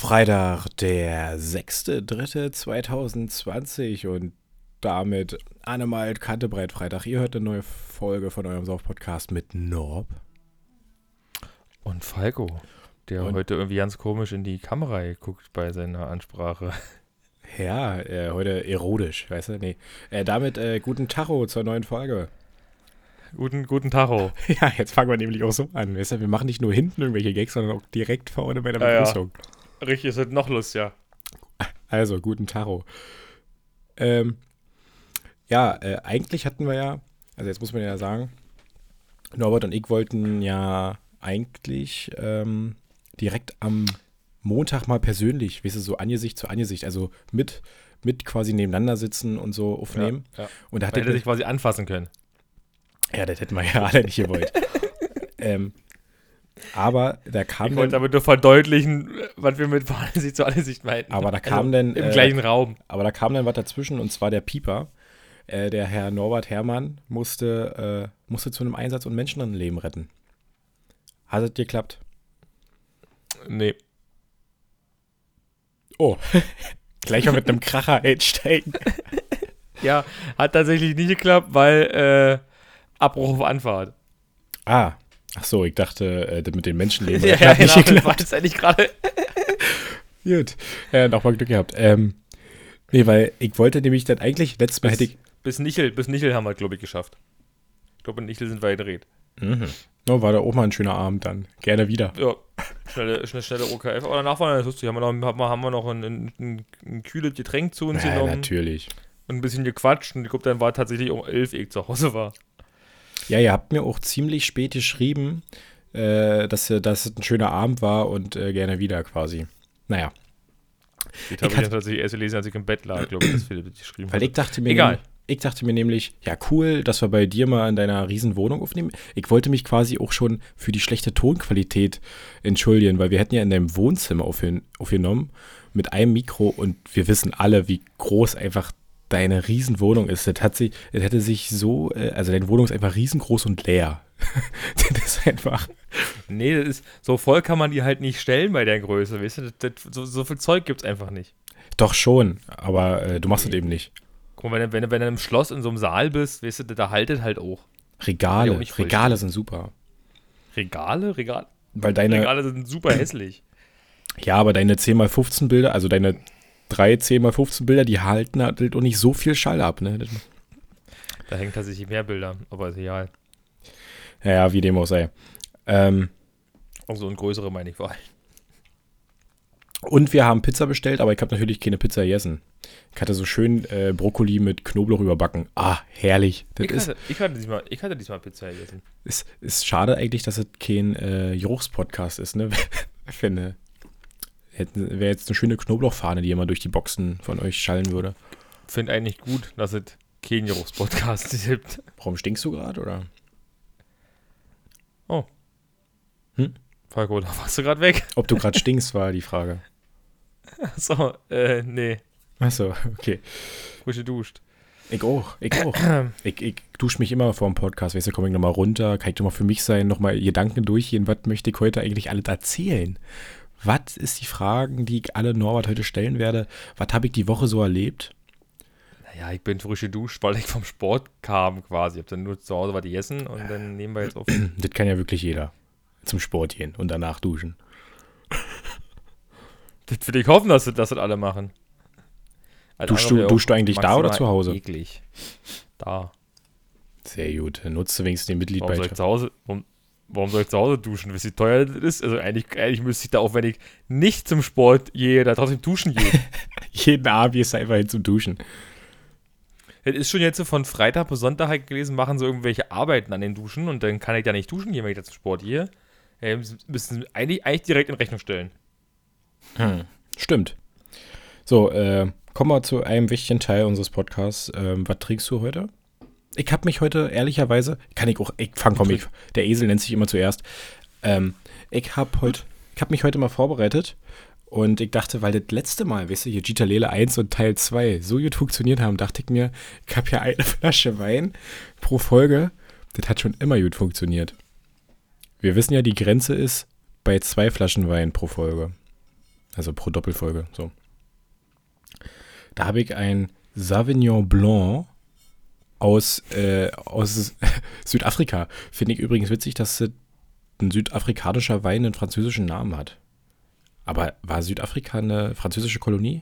Freitag, der 6.3.2020 und damit Annemalt Kantebreit Freitag. Ihr hört eine neue Folge von eurem Sauf-Podcast mit Norb. Und Falco, der heute irgendwie ganz komisch in die Kamera guckt bei seiner Ansprache. Ja, heute erotisch, weißt du? Nee. Damit guten Tacho zur neuen Folge. Guten Tacho. Ja, jetzt fangen wir nämlich auch so an. Weißt du? Wir machen nicht nur hinten irgendwelche Gags, sondern auch direkt vorne bei der Begrüßung. Ja. Richtig, es wird noch lustiger. Also, guten Tacho. Eigentlich hatten wir ja, also jetzt muss man ja sagen, Norbert und ich wollten ja eigentlich direkt am Montag mal persönlich, weißt du, so Angesicht zu Angesicht, also mit quasi nebeneinander sitzen und so aufnehmen. Ja. Und da hätte sich quasi anfassen können. Ja, das hätten wir ja alle nicht gewollt. Aber da kam Ich wollte damit nur verdeutlichen, was wir mit Angesicht zu Angesicht meinten. Aber da kam dann im gleichen Raum. Aber da kam dann was dazwischen, und zwar der Pieper. Der Herr Norbert Herrmann musste zu einem Einsatz und Menschenleben retten. Hat es geklappt? Nee. Oh, gleich mal mit einem Kracher einsteigen. Ja, hat tatsächlich nicht geklappt, weil Abbruch auf Anfahrt. Ach so, ich dachte, das mit den Menschenleben hat nicht geklappt. Das war das eigentlich gerade. Gut, nochmal Glück gehabt. Nee, weil ich wollte nämlich dann eigentlich, letztes Mal hätte ich... Bis Nichel haben wir, glaube ich, geschafft. Ich glaube, in Nichel sind wir gedreht. Mhm. No, war da auch mal ein schöner Abend dann. Gerne wieder. Ja, schnelle OKF. Aber danach war das lustig. Haben wir noch ein kühles Getränk zu uns genommen. Ja, natürlich. Und ein bisschen gequatscht. Und ich glaube, dann war tatsächlich um 11 Uhr, ich zu Hause war. Ja, ihr habt mir auch ziemlich spät geschrieben, dass es ein schöner Abend war und gerne wieder quasi. Naja. Das habe ich dann tatsächlich erst gelesen, als ich im Bett lag, glaube ich, dass Philipp das geschrieben hat. Weil ich dachte mir nämlich, ja cool, dass wir bei dir mal in deiner riesen Wohnung aufnehmen. Ich wollte mich quasi auch schon für die schlechte Tonqualität entschuldigen, weil wir hätten ja in deinem Wohnzimmer aufgenommen mit einem Mikro, und wir wissen alle, wie groß einfach deine Riesenwohnung ist. Das hätte sich so, also deine Wohnung ist einfach riesengroß und leer. Das ist einfach... Nee, das ist, so voll kann man die halt nicht stellen bei der Größe, weißt du? So viel Zeug gibt's einfach nicht. Doch schon, aber du machst es eben nicht. Guck mal, wenn du im Schloss in so einem Saal bist, weißt du, da haltet halt auch. Regale sind super. Regale? Weil deine Regale sind super hässlich. Ja, aber deine 10x15 Bilder, also deine 3 10x15 Bilder, die halten halt auch nicht so viel Schall ab, ne? Da hängt tatsächlich mehr Bilder, aber ist egal. Ja, wie dem auch sei. Auch so ein größere, meine ich vor allem. Und wir haben Pizza bestellt, aber ich habe natürlich keine Pizza gegessen. Ich hatte so schön Brokkoli mit Knoblauch überbacken. Ah, herrlich. Ich hatte diesmal Pizza gegessen. Ist schade eigentlich, dass es kein Geruchspodcast ist, ne? Finde. Wäre jetzt eine schöne Knoblauchfahne, die immer durch die Boxen von euch schallen würde. Finde eigentlich gut, dass es kein Geruchspodcast gibt. Warum stinkst du gerade, oder? Oh. Falco, da warst du gerade weg. Ob du gerade stinkst, war die Frage. Achso, nee. Achso, okay. Frisch geduscht. Ich auch. Ich dusche mich immer vor dem Podcast. Weißt du, komme ich nochmal runter, kann ich nochmal für mich sein, nochmal Gedanken durchgehen. Was möchte ich heute eigentlich alles erzählen? Was ist die Fragen, die ich alle Norbert heute stellen werde? Was habe ich die Woche so erlebt? Naja, ich bin frisch geduscht, weil ich vom Sport kam quasi. Ich habe dann nur zu Hause was gegessen und dann nehmen wir jetzt auf. Das kann ja wirklich jeder. Zum Sport gehen und danach duschen. Das will ich hoffen, dass das alle machen. Duschst du eigentlich da oder zu Hause? Eklig. Da. Sehr gut. Dann nutzt du wenigstens den Mitgliedbeitrag. Warum soll ich zu Hause duschen? Wisst ihr, wie teuer das ist? Also eigentlich müsste ich da auch, wenn ich nicht zum Sport gehe, da trotzdem duschen gehen. Jeden Abend gehst du einfach hin zum Duschen. Das ist schon jetzt so von Freitag bis Sonntag halt gelesen, machen so irgendwelche Arbeiten an den Duschen und dann kann ich da nicht duschen gehen, wenn ich da zum Sport gehe. Müssen eigentlich direkt in Rechnung stellen. Stimmt. So, kommen wir zu einem wichtigen Teil unseres Podcasts. Was trinkst du heute? Ich habe mich heute ehrlicherweise, der Esel nennt sich immer zuerst. Ich habe mich heute mal vorbereitet und ich dachte, weil das letzte Mal, weißt du, hier Gitalele 1 und Teil 2 so gut funktioniert haben, dachte ich mir, ich habe ja eine Flasche Wein pro Folge. Das hat schon immer gut funktioniert. Wir wissen ja, die Grenze ist bei 2 Flaschen Wein pro Folge. Also pro Doppelfolge. So. Da habe ich ein Sauvignon Blanc aus Südafrika. Finde ich übrigens witzig, dass ein südafrikanischer Wein einen französischen Namen hat. Aber war Südafrika eine französische Kolonie?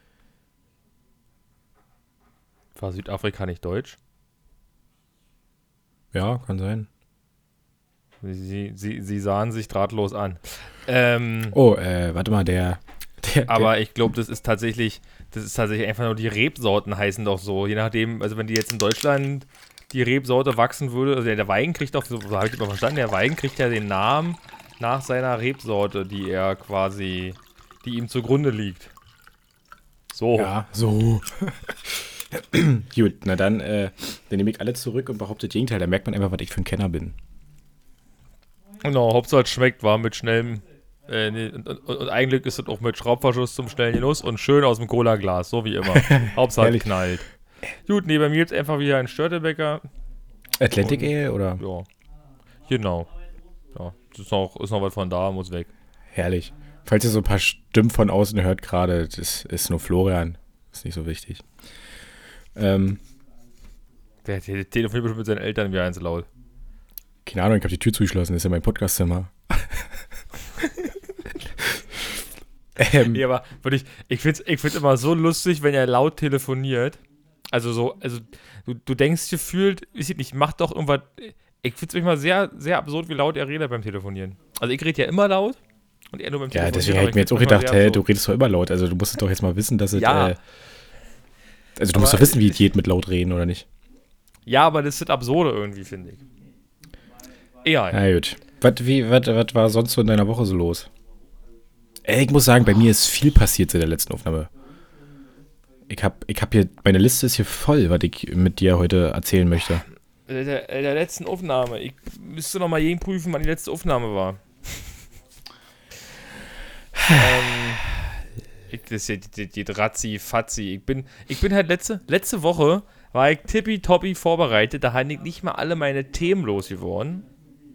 War Südafrika nicht deutsch? Ja, kann sein. Sie sahen sich drahtlos an. Warte mal, Aber ich glaube, das ist tatsächlich einfach nur, die Rebsorten heißen doch so. Je nachdem, also wenn die jetzt in Deutschland die Rebsorte wachsen würde, also der Wein kriegt doch, so habe ich immer verstanden, der Wein kriegt ja den Namen nach seiner Rebsorte, die ihm zugrunde liegt. So. Ja, so. Gut, na dann nehme ich alle zurück und behaupte das Gegenteil. Da merkt man einfach, was ich für ein Kenner bin. Genau, Hauptsache es schmeckt, war mit schnellem, und eigentlich ist es auch mit Schraubverschluss zum schnellen Genuss und schön aus dem Cola-Glas, so wie immer. Hauptsache es knallt. Gut, neben mir jetzt einfach wieder ein Störtebäcker. Atlantic Ale, oder? Ja, genau. Ja, ist noch was von da, muss weg. Herrlich. Falls ihr so ein paar Stimmen von außen hört gerade, das ist nur Florian. Ist nicht so wichtig. Der telefoniert bestimmt mit seinen Eltern wie eins laut. Keine Ahnung, ich habe die Tür zugeschlossen. Das ist ja mein Podcastzimmer. Ja, aber ich find's immer so lustig, wenn er laut telefoniert. Also du denkst gefühlt, weiß ich nicht, mach doch irgendwas. Ich find's manchmal sehr, sehr absurd, wie laut er redet beim Telefonieren. Also ich rede ja immer laut und er nur beim Telefonieren. Ja, deswegen hätte ich mir jetzt auch gedacht, du redest doch immer laut. Also du musst doch jetzt mal wissen, dass es... Ja. Also du musst doch wissen, wie es geht mit laut reden, oder nicht? Ja, aber das ist absurde irgendwie, finde ich. Egal. Na gut. Was war sonst so in deiner Woche so los? Ich muss sagen, bei mir ist viel passiert seit der letzten Aufnahme. Ich hab hier, meine Liste ist hier voll, was ich mit dir heute erzählen möchte. Der letzten Aufnahme. Ich müsste noch mal jeden prüfen, wann die letzte Aufnahme war. Das ist ja die Razzi-Fazzi. Ich bin halt letzte Woche war ich tippitoppi vorbereitet. Da hatte ich nicht mal alle meine Themen losgeworden.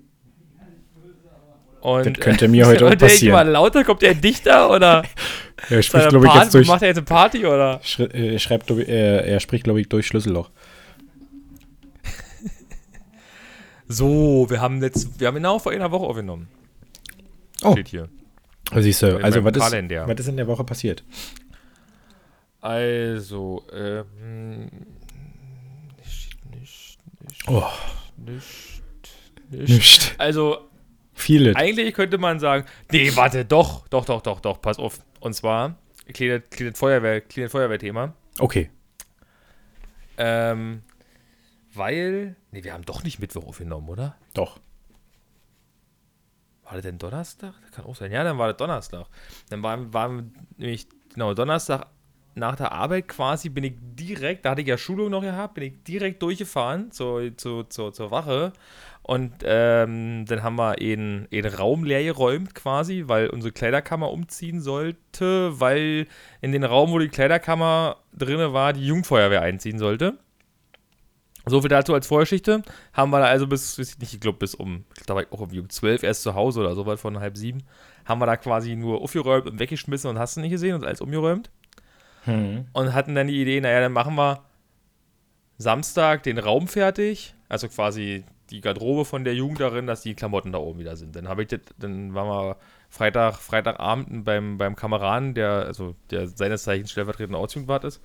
Und, das könnte mir heute auch passieren. Mal lauter, kommt der Dichter oder er spricht, glaube ich, jetzt durch. Macht er jetzt eine Party oder? Er spricht, glaube ich, durch Schlüsselloch. So, wir haben genau vor einer Woche aufgenommen. Oh. Steht hier. Siehst du, also was ist in der Woche passiert? Also, nicht. Also, Viele. Eigentlich könnte man sagen, nee, warte, doch, pass auf. Und zwar, kleines Feuerwehrthema. Okay. Weil, nee, wir haben doch nicht Mittwoch aufgenommen, oder? Doch. War das denn Donnerstag? Das kann auch sein. Ja, dann war das Donnerstag. Dann waren nämlich, genau, Donnerstag nach der Arbeit quasi bin ich direkt, da hatte ich ja Schulung noch gehabt, bin ich direkt durchgefahren zur Wache. Und dann haben wir einen Raum leer geräumt quasi, weil unsere Kleiderkammer umziehen sollte, weil in den Raum, wo die Kleiderkammer drin war, die Jugendfeuerwehr einziehen sollte. So viel dazu als Vorgeschichte. Haben wir da also bis um 12 erst zu Hause oder so weit von 6:30, haben wir da quasi nur aufgeräumt und weggeschmissen und hast du nicht gesehen und alles umgeräumt. Und hatten dann die Idee, naja, dann machen wir Samstag den Raum fertig, also quasi die Garderobe von der Jugend darin, dass die Klamotten da oben wieder sind. Dann waren wir Freitagabend beim Kameraden, der seines Zeichens stellvertretender Ortsjugendwart ist,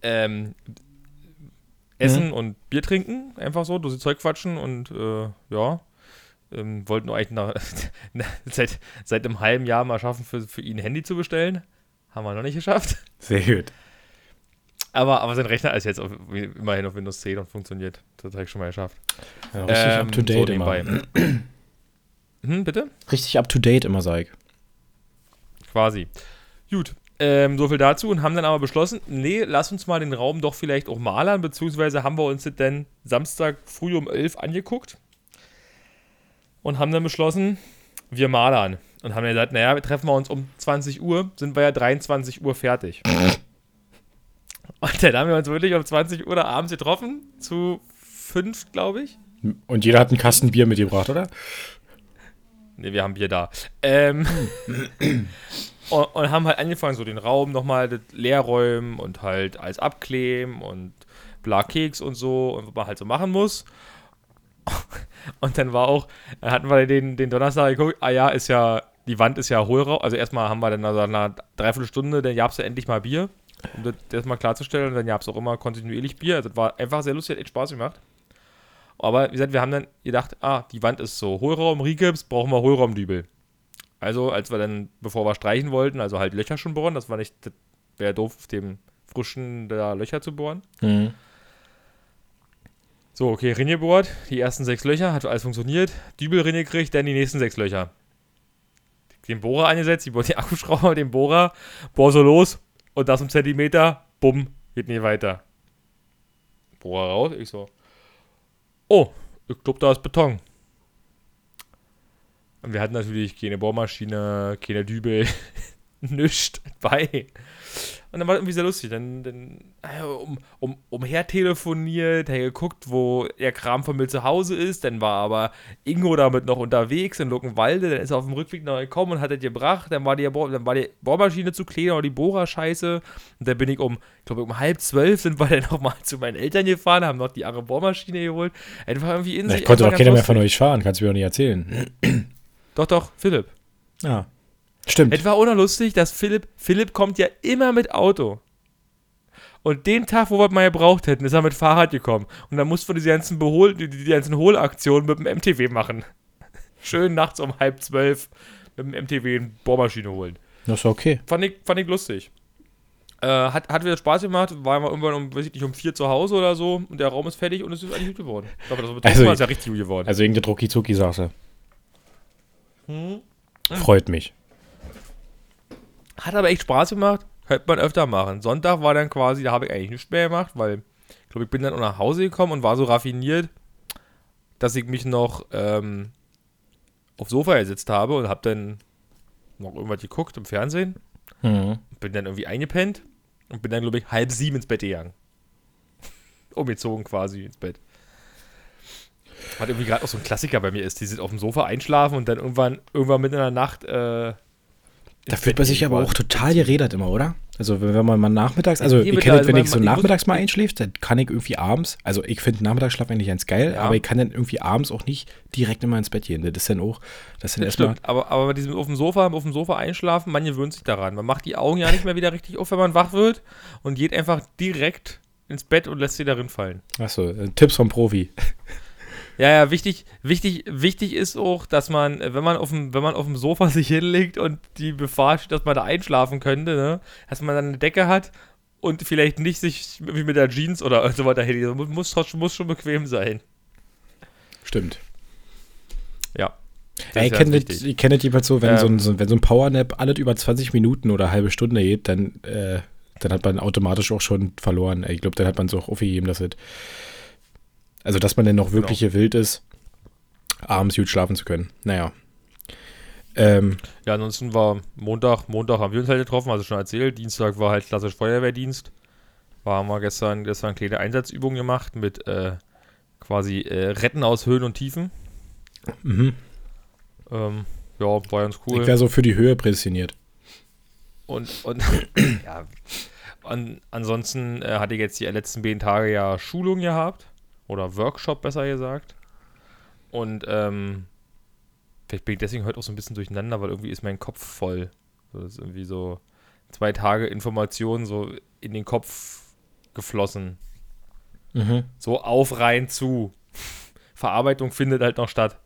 essen und Bier trinken, einfach so, durch Zeug quatschen und wollten eigentlich seit einem halben Jahr mal schaffen, für ihn ein Handy zu bestellen. Haben wir noch nicht geschafft. Sehr gut. Aber sein Rechner ist jetzt immerhin auf Windows 10 und funktioniert. Das habe ich schon mal geschafft. Ja, richtig up-to-date immer. Bitte? Richtig up-to-date immer, sag ich. Quasi. Gut. So viel dazu und haben dann aber beschlossen, nee, lass uns mal den Raum doch vielleicht auch malern, beziehungsweise haben wir uns das dann Samstag früh um 11 angeguckt und haben dann beschlossen, wir malern. Und haben dann gesagt, naja, wir treffen uns um 20 Uhr, sind wir ja 23 Uhr fertig. Und dann haben wir uns wirklich um 20 Uhr da abends getroffen, zu 5, glaube ich. Und jeder hat einen Kasten Bier mitgebracht, oder? Ne, wir haben Bier da. Und haben halt angefangen, so den Raum nochmal leer räumen und halt alles abkleben und bla Keks und so und was man halt so machen muss. Und dann hatten wir den Donnerstag geguckt, ist ja, die Wand ist ja Hohlraum. Also erstmal haben wir dann nach einer Dreiviertelstunde, dann gab es ja endlich mal Bier, um das erstmal klarzustellen. Und dann gab es auch immer kontinuierlich Bier. Also das war einfach sehr lustig, hat echt Spaß gemacht. Aber wie gesagt, wir haben dann gedacht, die Wand ist so Hohlraum, Rigips, brauchen wir Hohlraumdübel. Also, als wir dann, bevor wir streichen wollten, also halt Löcher schon bohren, das wäre doof, auf dem frischen da Löcher zu bohren. Mhm. So, okay, Rinne gebohrt, die ersten 6 Löcher, hat alles funktioniert. Dübel Rinne gekriegt, dann die nächsten 6 Löcher. Den Bohrer eingesetzt, die Akkuschrauber, den Bohrer, bohr so los und das um Zentimeter, bumm, geht nie weiter. Bohrer raus, ich so, oh, ich glaube, da ist Beton. Und wir hatten natürlich keine Bohrmaschine, keine Dübel, nichts bei. Und dann war das irgendwie sehr lustig. Dann umher telefoniert, hat geguckt, wo der Kram von mir zu Hause ist. Dann war aber Ingo damit noch unterwegs in Luckenwalde. Dann ist er auf dem Rückweg noch gekommen und hat das gebracht. Dann war die Bohrmaschine zu klein oder die Bohrerscheiße. Und dann bin ich um 11:30 sind wir dann nochmal zu meinen Eltern gefahren, haben noch die andere Bohrmaschine geholt. Einfach irgendwie in sich. Ich konnte doch keiner mehr von euch fahren, kannst du mir doch nicht erzählen. Doch, Philipp. Ja. Stimmt. Es war auch noch lustig, dass Philipp kommt ja immer mit Auto. Und den Tag, wo wir mal gebraucht hätten, ist er mit Fahrrad gekommen. Und dann mussten wir die ganzen Hohlaktionen mit dem MTW machen. Schön nachts um 11:30 mit dem MTW eine Bohrmaschine holen. Das war okay. Fand ich lustig. Hat wieder Spaß gemacht, waren wir irgendwann um 4 zu Hause oder so und der Raum ist fertig und es ist eigentlich gut geworden. Ich glaube, das ist ja richtig gut geworden. Also irgendeine Drucki-Zucki-Sache. Freut mich. Hat aber echt Spaß gemacht, könnte man öfter machen. Sonntag war dann quasi, da habe ich eigentlich nichts mehr gemacht, weil ich glaube, ich bin dann auch nach Hause gekommen und war so raffiniert, dass ich mich noch aufs Sofa gesetzt habe und habe dann noch irgendwas geguckt im Fernsehen. Bin dann irgendwie eingepennt und bin dann, glaube ich, 6:30 ins Bett gegangen. Umgezogen quasi ins Bett. Was irgendwie gerade auch so ein Klassiker bei mir ist, die sind auf dem Sofa einschlafen und dann irgendwann mitten in der Nacht da fühlt man sich aber auch total gerädert immer, oder? Also wenn man mal nachmittags, also ich kenne das, wenn ich so nachmittags mal einschläft, dann kann ich irgendwie abends, also ich finde Nachmittagsschlaf eigentlich ganz geil, aber ich kann dann irgendwie abends auch nicht direkt immer ins Bett gehen. Das ist dann auch, erstmal. Aber mit diesem auf dem Sofa einschlafen, man gewöhnt sich daran. Man macht die Augen ja nicht mehr wieder richtig auf, wenn man wach wird und geht einfach direkt ins Bett und lässt sie darin fallen. Achso, Tipps vom Profi. Ja, wichtig ist auch, dass man, wenn man auf dem Sofa sich hinlegt und die Gefahr steht, dass man da einschlafen könnte, ne, dass man dann eine Decke hat und vielleicht nicht sich wie mit der Jeans oder so weiter hinlegt. Muss schon bequem sein. Stimmt. Ja. Ich kenne das jeweils so, wenn so ein Powernap alles über 20 Minuten oder eine halbe Stunde geht, dann hat man automatisch auch schon verloren. Ich glaube, dann hat man es auch aufgegeben, dass man dann noch wirklich gewillt ist, abends gut schlafen zu können. Naja. Ja, ansonsten war Montag haben wir uns halt getroffen, also schon erzählt. Dienstag war halt klassisch Feuerwehrdienst. Haben wir gestern kleine Einsatzübungen gemacht mit quasi Retten aus Höhen und Tiefen. Mhm. Ja, war ganz cool. Ich wäre so für die Höhe prädestiniert. Und ja, ansonsten hatte ich jetzt die letzten 10 Tage ja Schulung gehabt. Oder Workshop, besser gesagt. Und vielleicht bin ich deswegen heute auch so ein bisschen durcheinander, weil irgendwie ist mein Kopf voll. So, das ist irgendwie so 2 Tage Informationen so in den Kopf geflossen. Mhm. So auf, rein, zu. Verarbeitung findet halt noch statt.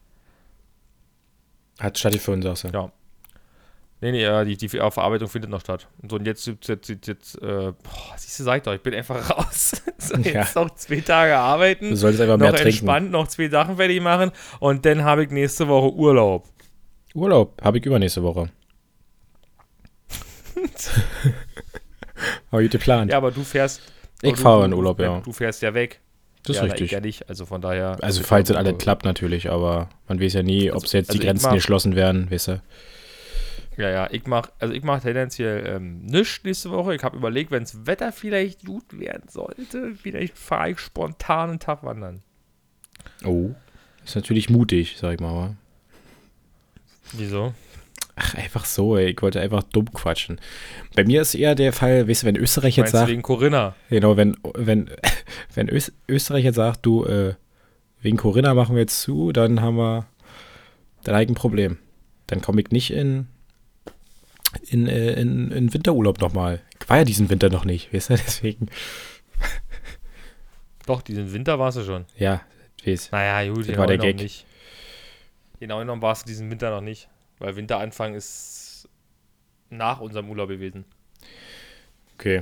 Hat stattgefunden, sagst du. Ja. Nee, die Verarbeitung findet noch statt. Und so, und jetzt siehst du, sag ich doch, ich bin einfach raus. So, jetzt noch 2 Tage arbeiten. Du solltest einfach mehr trinken. Noch entspannt, noch 2 Sachen fertig machen und dann habe ich nächste Woche Urlaub. Urlaub habe ich übernächste Woche. Habe ich geplant. Ja, aber du fährst. Ich fahre in Urlaub, ja. Du fährst ja weg. Das ist richtig. Ich ja nicht, also von daher. Also falls es alles klappt natürlich, aber man weiß ja nie, ob jetzt die Grenzen geschlossen werden, weißt du. Ja, ich mach tendenziell nichts nächste Woche. Ich habe überlegt, wenn das Wetter vielleicht gut werden sollte, vielleicht fahre ich spontan einen Tag wandern. Oh, ist natürlich mutig, sag ich mal. Wieso? Ach, einfach so, ey. Ich wollte einfach dumm quatschen. Bei mir ist eher der Fall, weißt du, wenn Österreich jetzt Meinst du sagt, wegen Corinna? genau, wenn Österreich jetzt sagt, du, wegen Corinna machen wir jetzt zu, dann habe ich ein Problem. Dann komme ich nicht in Winterurlaub nochmal. Ich war ja diesen Winter noch nicht, weißt du, deswegen. Doch, diesen Winter warst du schon. Ja, weiß. Naja, gut, Das war der Gag. nicht. Genau genommen warst du diesen Winter noch nicht. Weil Winteranfang ist nach unserem Urlaub gewesen. Okay.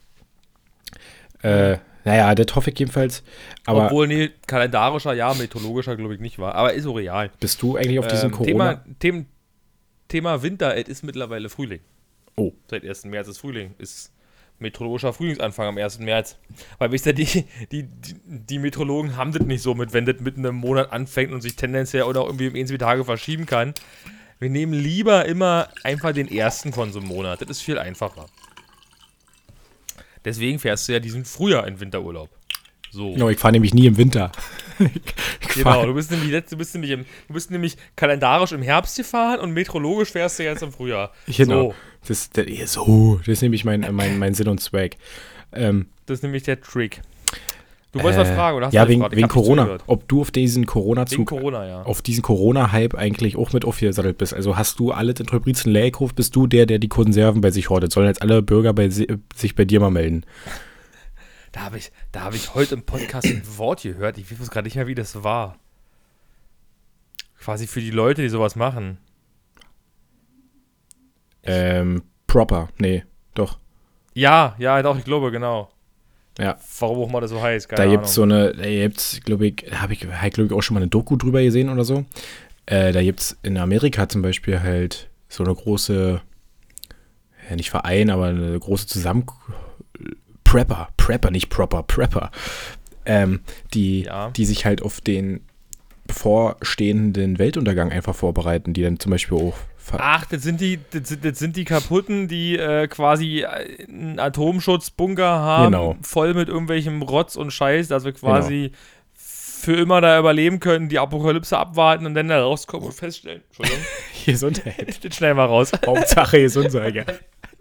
Naja, das hoffe ich jedenfalls. Aber obwohl, nee, kalendarischer, ja, meteorologischer, glaube ich, nicht war. Aber ist so real. bist du eigentlich auf diesen Corona... Thema Winter, es ist mittlerweile Frühling. Oh. Seit 1. März ist Frühling. Ist meteorologischer Frühlingsanfang am 1. März. Weil, wisst ihr, die Meteorologen haben das nicht so mit, wenn das mitten im Monat anfängt und sich tendenziell oder irgendwie um 1, 2 Tage verschieben kann. Wir nehmen lieber immer einfach den ersten von so einem Monat. Das ist viel einfacher. Deswegen fährst du ja diesen Frühjahr in Winterurlaub. So. No, ich fahre nämlich nie im Winter. Genau, du bist nämlich kalendarisch im Herbst gefahren und meteorologisch fährst du jetzt im Frühjahr. Genau. Das ist nämlich mein Sinn und Zweck. Das ist nämlich der Trick. Du wolltest was fragen, oder hast ja, du wegen Corona. Ob du auf diesen Wegen Corona, ja. auf diesen Corona-Hype eigentlich auch mit aufgesattelt bist. Also hast du alles in Treubrizen Leerkauf, bist du der die Konserven bei sich hortet. Sollen jetzt alle Bürger sich bei dir mal melden. Da hab ich heute im Podcast ein Wort gehört. Ich weiß gerade nicht mehr, wie das war. Quasi für die Leute, die sowas machen. Proper. Nee, doch. Ja, doch, ich glaube, genau. Ja. Warum auch mal das so heißt, Da gibt's glaube ich, habe ich auch schon mal eine Doku drüber gesehen oder so. Da gibt's in Amerika zum Beispiel halt so eine große, ja nicht Verein, aber eine große Prepper, nicht Proper, Prepper, die sich halt auf den bevorstehenden Weltuntergang einfach vorbereiten, die dann zum Beispiel auch... Ach, das sind die Kaputten, die quasi einen Atomschutzbunker haben, Genau. voll mit irgendwelchem Rotz und Scheiß, dass wir quasi für immer da überleben können, die Apokalypse abwarten und dann da rauskommen und feststellen. Entschuldigung. Gesundheit. Das schnell mal raus. Hauptsache Gesundheit, ja.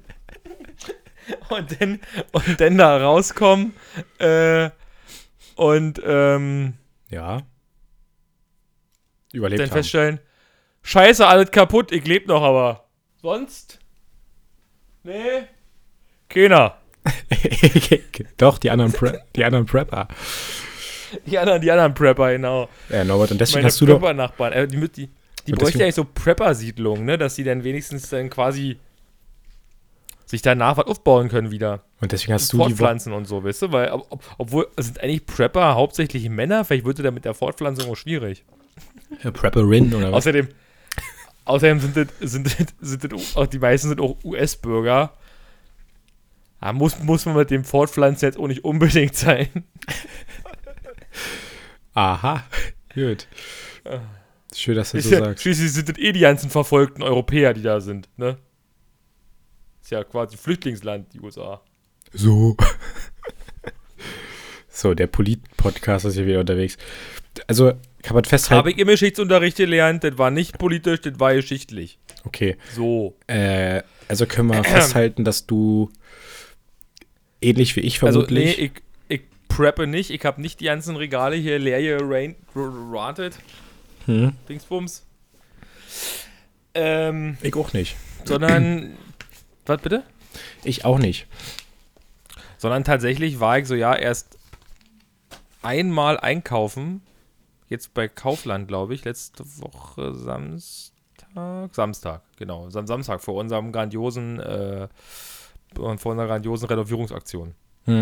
Und dann da rauskommen Ja. Überlebt dann haben. feststellen, Scheiße, alles kaputt, ich lebe noch, aber sonst? Nee. Keiner. Doch, die anderen Prepper. Die anderen Prepper, genau. Ja, Norbert, und deswegen Meine hast du doch... Prepper-Nachbarn. Die bräuchten ja eigentlich so Prepper-Siedlungen, ne? Dass die dann wenigstens dann quasi sich danach was aufbauen können wieder. Und deswegen hast du Fortpflanzen und so, weißt du? Weil, obwohl, sind eigentlich Prepper hauptsächlich Männer? Vielleicht wird da mit der Fortpflanzung auch schwierig. Prepperin oder was? Außerdem sind das auch, die meisten sind auch US-Bürger. Da muss man mit dem Fortpflanzen jetzt auch nicht unbedingt sein. Aha, gut. Schön, dass du so sagst. Schließlich sind das die ganzen verfolgten Europäer, die da sind, ne? Ist ja quasi Flüchtlingsland, die USA. So. So, der Polit-Podcast ist hier wieder unterwegs. Also, kann man festhalten... Habe ich im Geschichtsunterricht gelernt, das war nicht politisch, das war geschichtlich. Okay. So. Also können wir festhalten, dass du ähnlich wie ich vermutlich... Also, nee, ich preppe nicht. Ich habe nicht die ganzen Regale hier leer geratet. Dingsbums. Ich auch nicht. Sondern... Was bitte? Ich auch nicht. Sondern tatsächlich war ich so, ja, erst einmal einkaufen. Jetzt bei Kaufland, glaube ich. Letzte Woche Samstag, genau. Samstag vor unserer grandiosen Renovierungsaktion.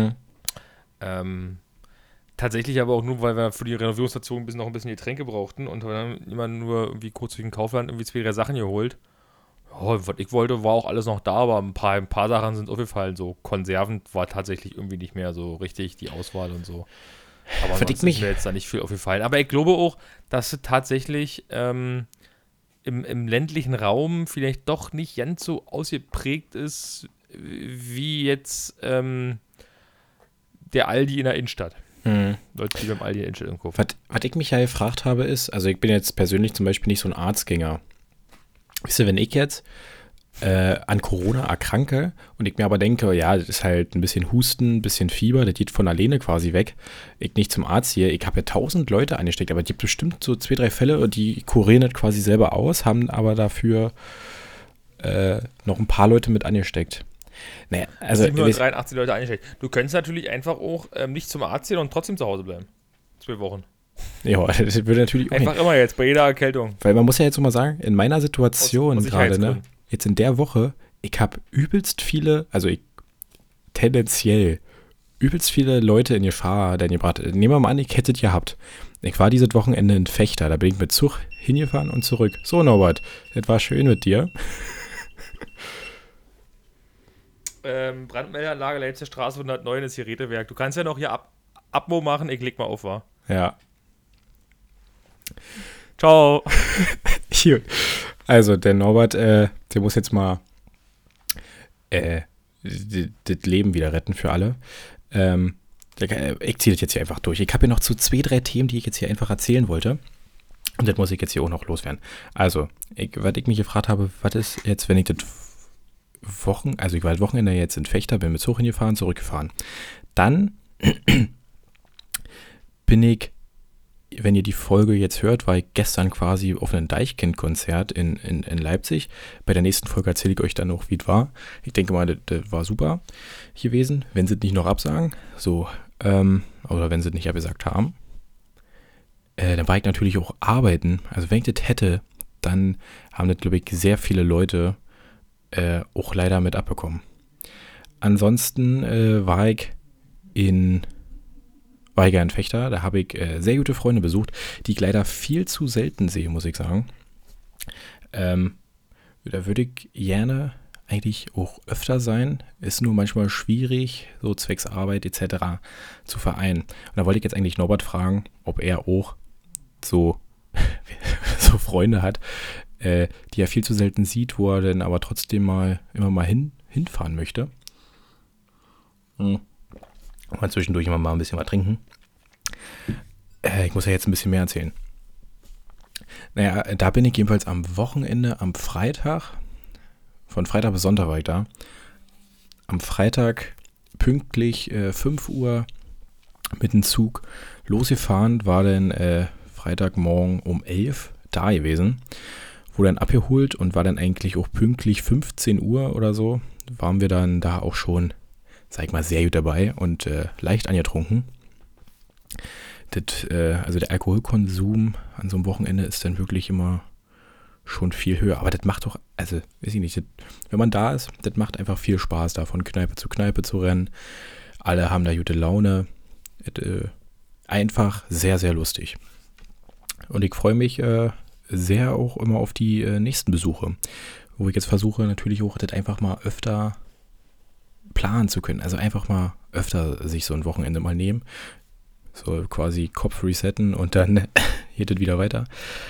Tatsächlich aber auch nur, weil wir für die Renovierungsaktion noch ein bisschen Getränke brauchten und dann immer nur irgendwie kurz durch den Kaufland irgendwie 2, 3 Sachen geholt. Oh, was ich wollte, war auch alles noch da, aber ein paar Sachen sind aufgefallen. So Konserven war tatsächlich irgendwie nicht mehr so richtig die Auswahl und so. Aber sonst ist mir jetzt da nicht viel aufgefallen. Aber ich glaube auch, dass es tatsächlich im ländlichen Raum vielleicht doch nicht ganz so ausgeprägt ist, wie jetzt der Aldi in der Innenstadt. Leute, die beim Aldi in der Innenstadt kaufen. Was ich mich ja gefragt habe ist, also ich bin jetzt persönlich zum Beispiel nicht so ein Arztgänger. wisst ihr, wenn ich jetzt an Corona erkranke und ich mir aber denke, ja, das ist halt ein bisschen Husten, ein bisschen Fieber, das geht von alleine quasi weg. Ich nicht zum Arzt hier, ich habe ja 1000 Leute angesteckt, aber es gibt bestimmt so 2, 3 Fälle, die kurieren das quasi selber aus, haben aber dafür noch ein paar Leute mit angesteckt. Naja, also 783 Leute angesteckt. Du könntest natürlich einfach auch nicht zum Arzt gehen und trotzdem zu Hause bleiben. 2 Wochen. ja, das würde natürlich auch Einfach immer jetzt, bei jeder Erkältung. Weil man muss ja jetzt so mal sagen, in meiner Situation aus gerade, ne, Sicherheitsgründen. jetzt in der Woche, ich habe übelst viele, also ich tendenziell übelst viele Leute in Gefahr, denn ihr nehmen wir mal an, ich hätte es gehabt. Ich war dieses Wochenende in Vechta, da bin ich mit Zug hingefahren und zurück. So, Norbert, das war schön mit dir. Brandmeldeanlage Leipziger Straße 109 ist hier Rätewerk. Du kannst ja noch hier Abmo machen, ich leg mal auf, wa? Ja. Ciao. Hier. Also, der Norbert, der muss jetzt mal das Leben wieder retten für alle. Ich ziehe das jetzt hier einfach durch. Ich habe hier noch so 2, 3 Themen, die ich jetzt hier einfach erzählen wollte. Und das muss ich jetzt hier auch noch loswerden. Also, was ich mich gefragt habe, was ist jetzt, wenn ich das also ich war das Wochenende jetzt in Vechta, bin mit Zug hingefahren, zurückgefahren. Dann bin ich, wenn ihr die Folge jetzt hört, war ich gestern quasi auf einem Deichkind-Konzert in Leipzig. Bei der nächsten Folge erzähle ich euch dann noch, wie es war. Ich denke mal, das war super gewesen, wenn sie es nicht noch absagen. So, oder wenn sie es nicht abgesagt haben. Dann war ich natürlich auch arbeiten. Also wenn ich das hätte, dann haben das, glaube ich, sehr viele Leute auch leider mit abbekommen. Ansonsten war ich in Vechta, da habe ich sehr gute Freunde besucht, die ich leider viel zu selten sehe, muss ich sagen. Da würde ich gerne eigentlich auch öfter sein, ist nur manchmal schwierig, so zwecks Arbeit etc. zu vereinen. Und da wollte ich jetzt eigentlich Norbert fragen, ob er auch so Freunde hat, die er viel zu selten sieht, wo er dann aber trotzdem immer mal hinfahren möchte. Und zwischendurch immer mal ein bisschen was trinken. Ich muss ja jetzt ein bisschen mehr erzählen. Naja, da bin ich jedenfalls am Wochenende, am Freitag, von Freitag bis Sonntag war ich da. Am Freitag pünktlich 5 Uhr mit dem Zug losgefahren, war dann Freitagmorgen um 11 da gewesen. Wurde dann abgeholt und war dann eigentlich auch pünktlich 15 Uhr oder so, waren wir dann da auch schon, sag ich mal, sehr gut dabei und leicht angetrunken. Also der Alkoholkonsum an so einem Wochenende ist dann wirklich immer schon viel höher. Aber das macht doch, also weiß ich nicht, wenn man da ist, das macht einfach viel Spaß, da von Kneipe zu rennen. Alle haben da gute Laune. Einfach sehr, sehr lustig. Und ich freue mich sehr auch immer auf die nächsten Besuche, wo ich jetzt versuche natürlich auch das einfach mal öfter planen zu können. Also einfach mal öfter sich so ein Wochenende mal nehmen, so quasi Kopf resetten und dann geht es wieder weiter.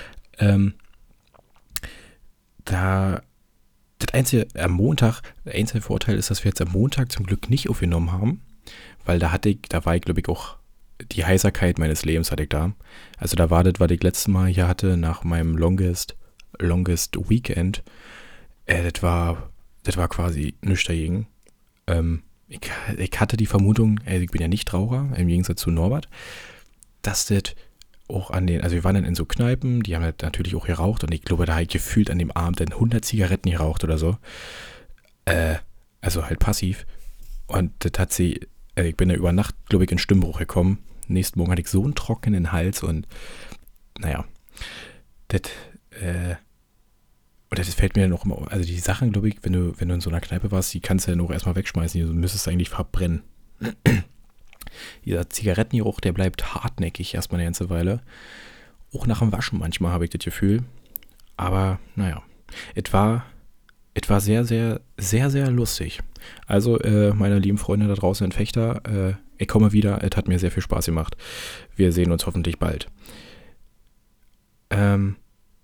Das einzige der einzige Vorteil ist, dass wir jetzt am Montag zum Glück nicht aufgenommen haben, weil da war ich, glaube ich, auch die Heiserkeit meines Lebens hatte ich da. Also da war das, was ich letztes Mal hier hatte, nach meinem Longest Weekend. Das war quasi nichts dagegen. Ich hatte die Vermutung, ich bin ja nicht Raucher, im Gegensatz zu Norbert, dass das auch also wir waren dann in so Kneipen, die haben halt natürlich auch geraucht und ich glaube, da habe ich gefühlt an dem Abend dann 100 Zigaretten geraucht oder so. Also halt passiv. Und das ich bin da über Nacht, glaube ich, in Stimmbruch gekommen. Nächsten Morgen hatte ich so einen trockenen Hals und naja, und das fällt mir noch immer, also die Sachen, glaube ich, wenn du in so einer Kneipe warst, die kannst du ja noch erstmal wegschmeißen, du müsstest eigentlich verbrennen. Dieser Zigarettengeruch, der bleibt hartnäckig erstmal eine ganze Weile. Auch nach dem Waschen manchmal habe ich das Gefühl. Aber naja, es war sehr, sehr, sehr, sehr lustig. Also, meine lieben Freunde da draußen in Vechta, ich komme wieder, es hat mir sehr viel Spaß gemacht. Wir sehen uns hoffentlich bald. Dann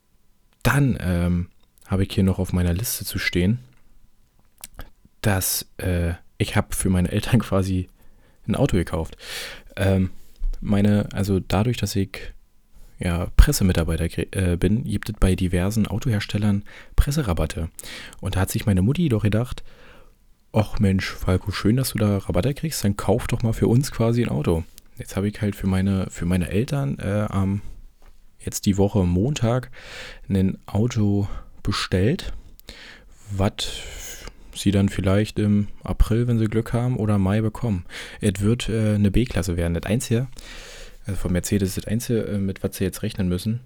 habe ich hier noch auf meiner Liste zu stehen, dass ich habe für meine Eltern quasi ein Auto gekauft. Also dadurch, dass ich ja Pressemitarbeiter bin, gibt es bei diversen Autoherstellern Presserabatte. Und da hat sich meine Mutti doch gedacht, ach Mensch, Falco, schön, dass du da Rabatte kriegst, dann kauf doch mal für uns quasi ein Auto. Jetzt habe ich halt für meine Eltern jetzt die Woche Montag ein Auto bestellt, was sie dann vielleicht im April, wenn sie Glück haben, oder Mai bekommen. Es wird eine B-Klasse werden. Das Einzige, also von Mercedes, das Einzige, mit was sie jetzt rechnen müssen,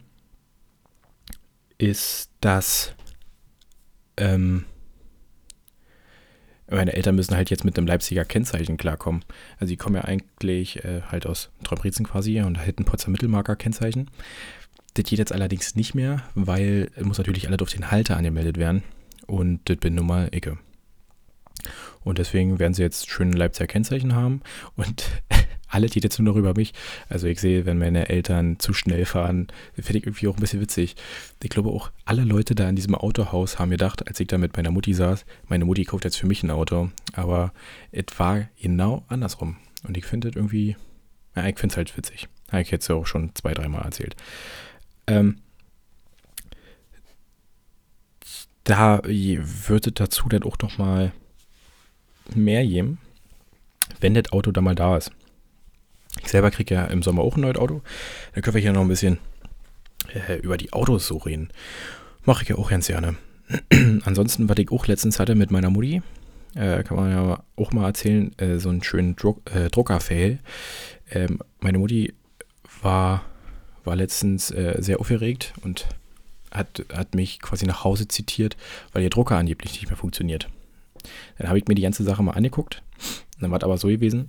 ist, dass meine Eltern müssen halt jetzt mit einem Leipziger Kennzeichen klarkommen. Also die kommen ja eigentlich halt aus Treubrizen quasi und hätten Potsdam Mittelmarker Kennzeichen. Das geht jetzt allerdings nicht mehr, weil muss natürlich alles auf den Halter angemeldet werden. Und das bin nun mal ich. Und deswegen werden sie jetzt schön Leipziger Kennzeichen haben. Und alle geht jetzt nur noch über mich. Also ich sehe, wenn meine Eltern zu schnell fahren, finde ich irgendwie auch ein bisschen witzig. Ich glaube auch, alle Leute da in diesem Autohaus haben gedacht, als ich da mit meiner Mutti saß, meine Mutti kauft jetzt für mich ein Auto. Aber es war genau andersrum. Und ich finde es irgendwie, ja, ich finde es halt witzig. Habe ich jetzt auch schon 2-3 Mal erzählt. Da wird es dazu dann auch noch mal mehr geben, wenn das Auto dann mal da ist. Ich selber kriege ja im Sommer auch ein neues Auto. Dann können wir hier noch ein bisschen über die Autos so reden. Mache ich ja auch ganz gerne. Ansonsten, was ich auch letztens hatte mit meiner Mutti, kann man ja auch mal erzählen, so einen schönen Drucker-Fail. Meine Mutti war letztens sehr aufgeregt und hat mich quasi nach Hause zitiert, weil ihr Drucker angeblich nicht mehr funktioniert. Dann habe ich mir die ganze Sache mal angeguckt. Dann war es aber so gewesen,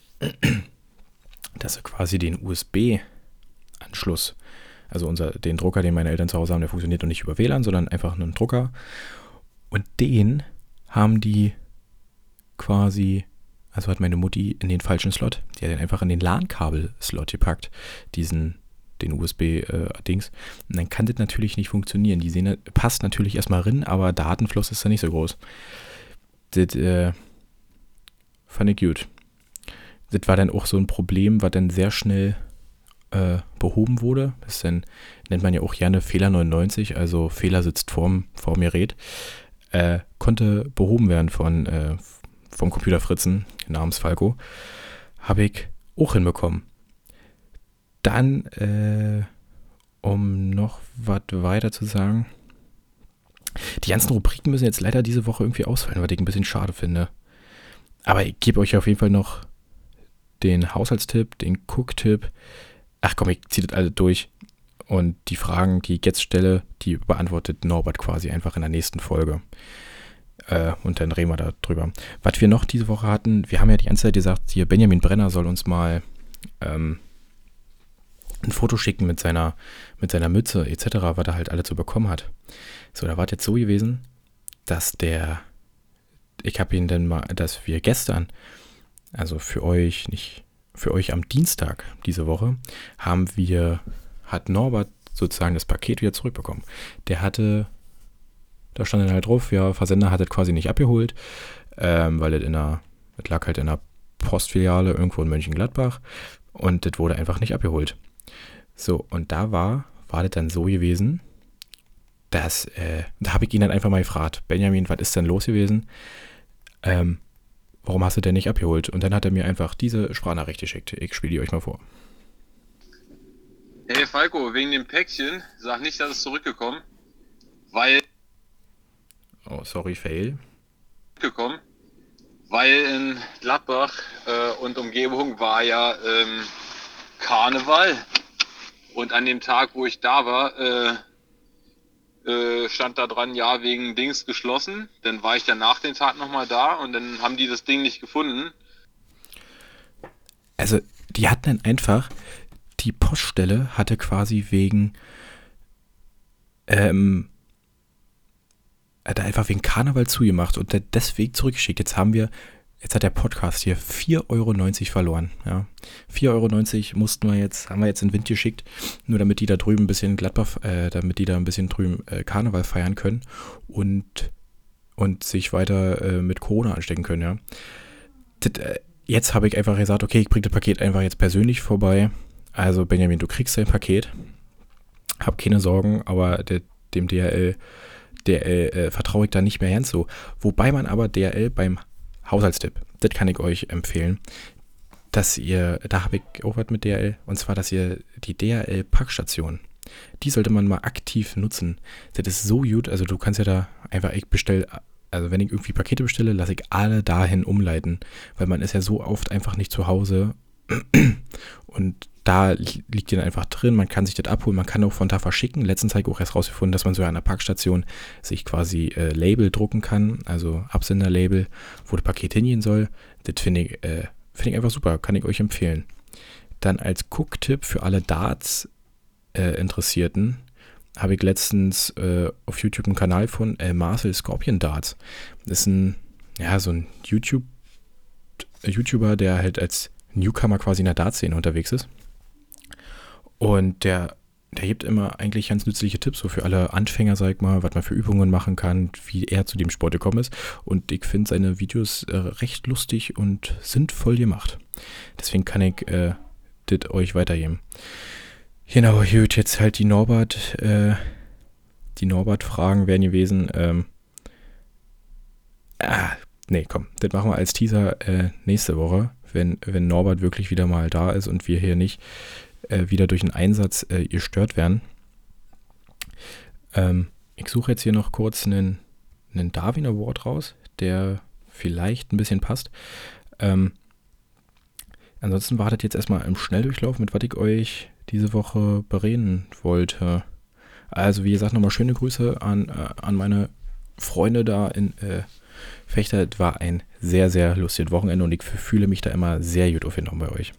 dass er quasi den USB-Anschluss, also den Drucker, den meine Eltern zu Hause haben, der funktioniert noch nicht über WLAN, sondern einfach nur einen Drucker. Und den haben die quasi, also hat meine Mutti in den falschen Slot, die hat den einfach in den LAN-Kabel-Slot gepackt, den USB-Dings. Und dann kann das natürlich nicht funktionieren. Die sehen, passt natürlich erstmal rein, aber Datenfluss ist da nicht so groß. Das fand ich gut. Das war dann auch so ein Problem, was dann sehr schnell behoben wurde. Das dann, nennt man ja auch gerne Fehler 99, also Fehler sitzt vorm Gerät. Konnte behoben werden vom Computerfritzen namens Falco. Habe ich auch hinbekommen. Dann, um noch was weiter zu sagen, die ganzen Rubriken müssen jetzt leider diese Woche irgendwie ausfallen, was ich ein bisschen schade finde. Aber ich gebe euch auf jeden Fall noch den Haushaltstipp, den Cook-Tipp. Ach komm, ich ziehe das alle durch. Und die Fragen, die ich jetzt stelle, die beantwortet Norbert quasi einfach in der nächsten Folge. Und dann reden wir da drüber. Was wir noch diese Woche hatten, wir haben ja die ganze Zeit gesagt, hier Benjamin Brenner soll uns mal ein Foto schicken mit seiner Mütze etc., was er halt alle zu bekommen hat. So, da war es jetzt so gewesen, dass ich habe ihn dann mal, dass wir gestern, also für euch am Dienstag diese Woche, hat Norbert sozusagen das Paket wieder zurückbekommen. Da stand dann halt drauf, ja, Versender hat das quasi nicht abgeholt, weil es lag halt in einer Postfiliale irgendwo in Mönchengladbach und das wurde einfach nicht abgeholt. So, und da war das dann so gewesen, dass, da habe ich ihn dann einfach mal gefragt, Benjamin, was ist denn los gewesen? Warum hast du denn nicht abgeholt? Und dann hat er mir einfach diese Sprachnachricht geschickt. Ich spiele die euch mal vor. Hey Falco, wegen dem Päckchen, sag nicht, dass es zurückgekommen, weil... Oh, sorry, Fail. Weil in Gladbach und Umgebung war ja Karneval. Und an dem Tag, wo ich da war, stand da dran, ja, wegen Dings geschlossen. Dann war ich dann nach dem Tag nochmal da und dann haben die das Ding nicht gefunden. Also, die hatten dann einfach, die Poststelle hatte quasi hat einfach wegen Karneval zugemacht und deswegen zurückgeschickt. Jetzt hat der Podcast hier 4,90 € verloren. Ja. 4,90 € haben wir jetzt in den Wind geschickt, nur damit die da drüben ein bisschen Karneval feiern können und sich weiter mit Corona anstecken können, ja. Jetzt habe ich einfach gesagt, okay, ich bringe das Paket einfach jetzt persönlich vorbei. Also Benjamin, du kriegst dein Paket. Hab keine Sorgen, aber dem DHL vertraue ich da nicht mehr ganz so. Wobei man aber DHL beim Haushaltstipp, das kann ich euch empfehlen, dass ihr, da habe ich auch was mit DHL, und zwar, dass ihr die DHL-Packstation, die sollte man mal aktiv nutzen. Das ist so gut, also du kannst ja da einfach, also wenn ich irgendwie Pakete bestelle, lasse ich alle dahin umleiten, weil man ist ja so oft einfach nicht zu Hause und da liegt die dann einfach drin, man kann sich das abholen, man kann auch von da verschicken. Letztens habe ich auch erst rausgefunden, dass man so an der Packstation sich quasi Label drucken kann, also Absenderlabel, wo das Paket hingehen soll. Das finde ich einfach super, kann ich euch empfehlen. Dann als Cook-Tipp für alle Darts-Interessierten habe ich letztens auf YouTube einen Kanal von Marcel Scorpion Darts. Das ist so ein YouTuber, der halt als Newcomer quasi in der Darts-Szene unterwegs ist. Und der gibt immer eigentlich ganz nützliche Tipps, so für alle Anfänger, sag ich mal, was man für Übungen machen kann, wie er zu dem Sport gekommen ist. Und ich finde seine Videos recht lustig und sinnvoll gemacht. Deswegen kann ich das euch weitergeben. Genau, gut, jetzt halt die Norbert-Fragen wären gewesen. Nee, komm, das machen wir als Teaser nächste Woche, wenn Norbert wirklich wieder mal da ist und wir hier nicht wieder durch einen Einsatz gestört werden. Ich suche jetzt hier noch kurz einen Darwin Award raus, der vielleicht ein bisschen passt. Ansonsten wartet jetzt erstmal im Schnelldurchlauf, mit was ich euch diese Woche bereden wollte. Also wie gesagt, nochmal schöne Grüße an meine Freunde da in Fechter. Es war ein sehr, sehr lustiges Wochenende und ich fühle mich da immer sehr gut aufgenommen bei euch.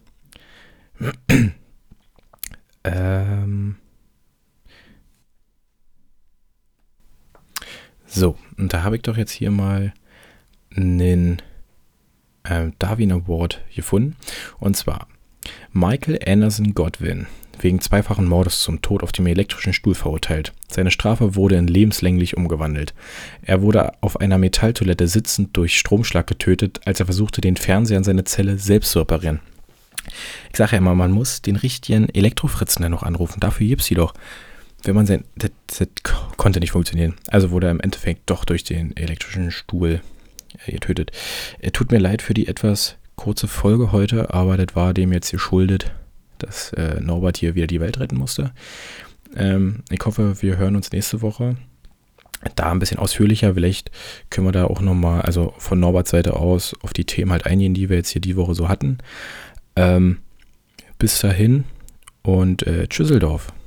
So, und da habe ich doch jetzt hier mal einen Darwin Award gefunden. Und zwar Michael Anderson Godwin, wegen zweifachen Mordes zum Tod auf dem elektrischen Stuhl verurteilt. Seine Strafe wurde in lebenslänglich umgewandelt. Er wurde auf einer Metalltoilette sitzend durch Stromschlag getötet, als er versuchte, den Fernseher in seiner Zelle selbst zu reparieren. Ich sage ja immer, man muss den richtigen Elektrofritzen dann noch anrufen. Dafür gibt's sie doch. Wenn man das konnte nicht funktionieren. Also wurde er im Endeffekt doch durch den elektrischen Stuhl getötet. Tut mir leid für die etwas kurze Folge heute, aber das war dem jetzt geschuldet, dass Norbert hier wieder die Welt retten musste. Ich hoffe, wir hören uns nächste Woche. Da ein bisschen ausführlicher. Vielleicht können wir da auch nochmal, also von Norberts Seite aus, auf die Themen halt eingehen, die wir jetzt hier die Woche so hatten. Bis dahin und Tschüsseldorf.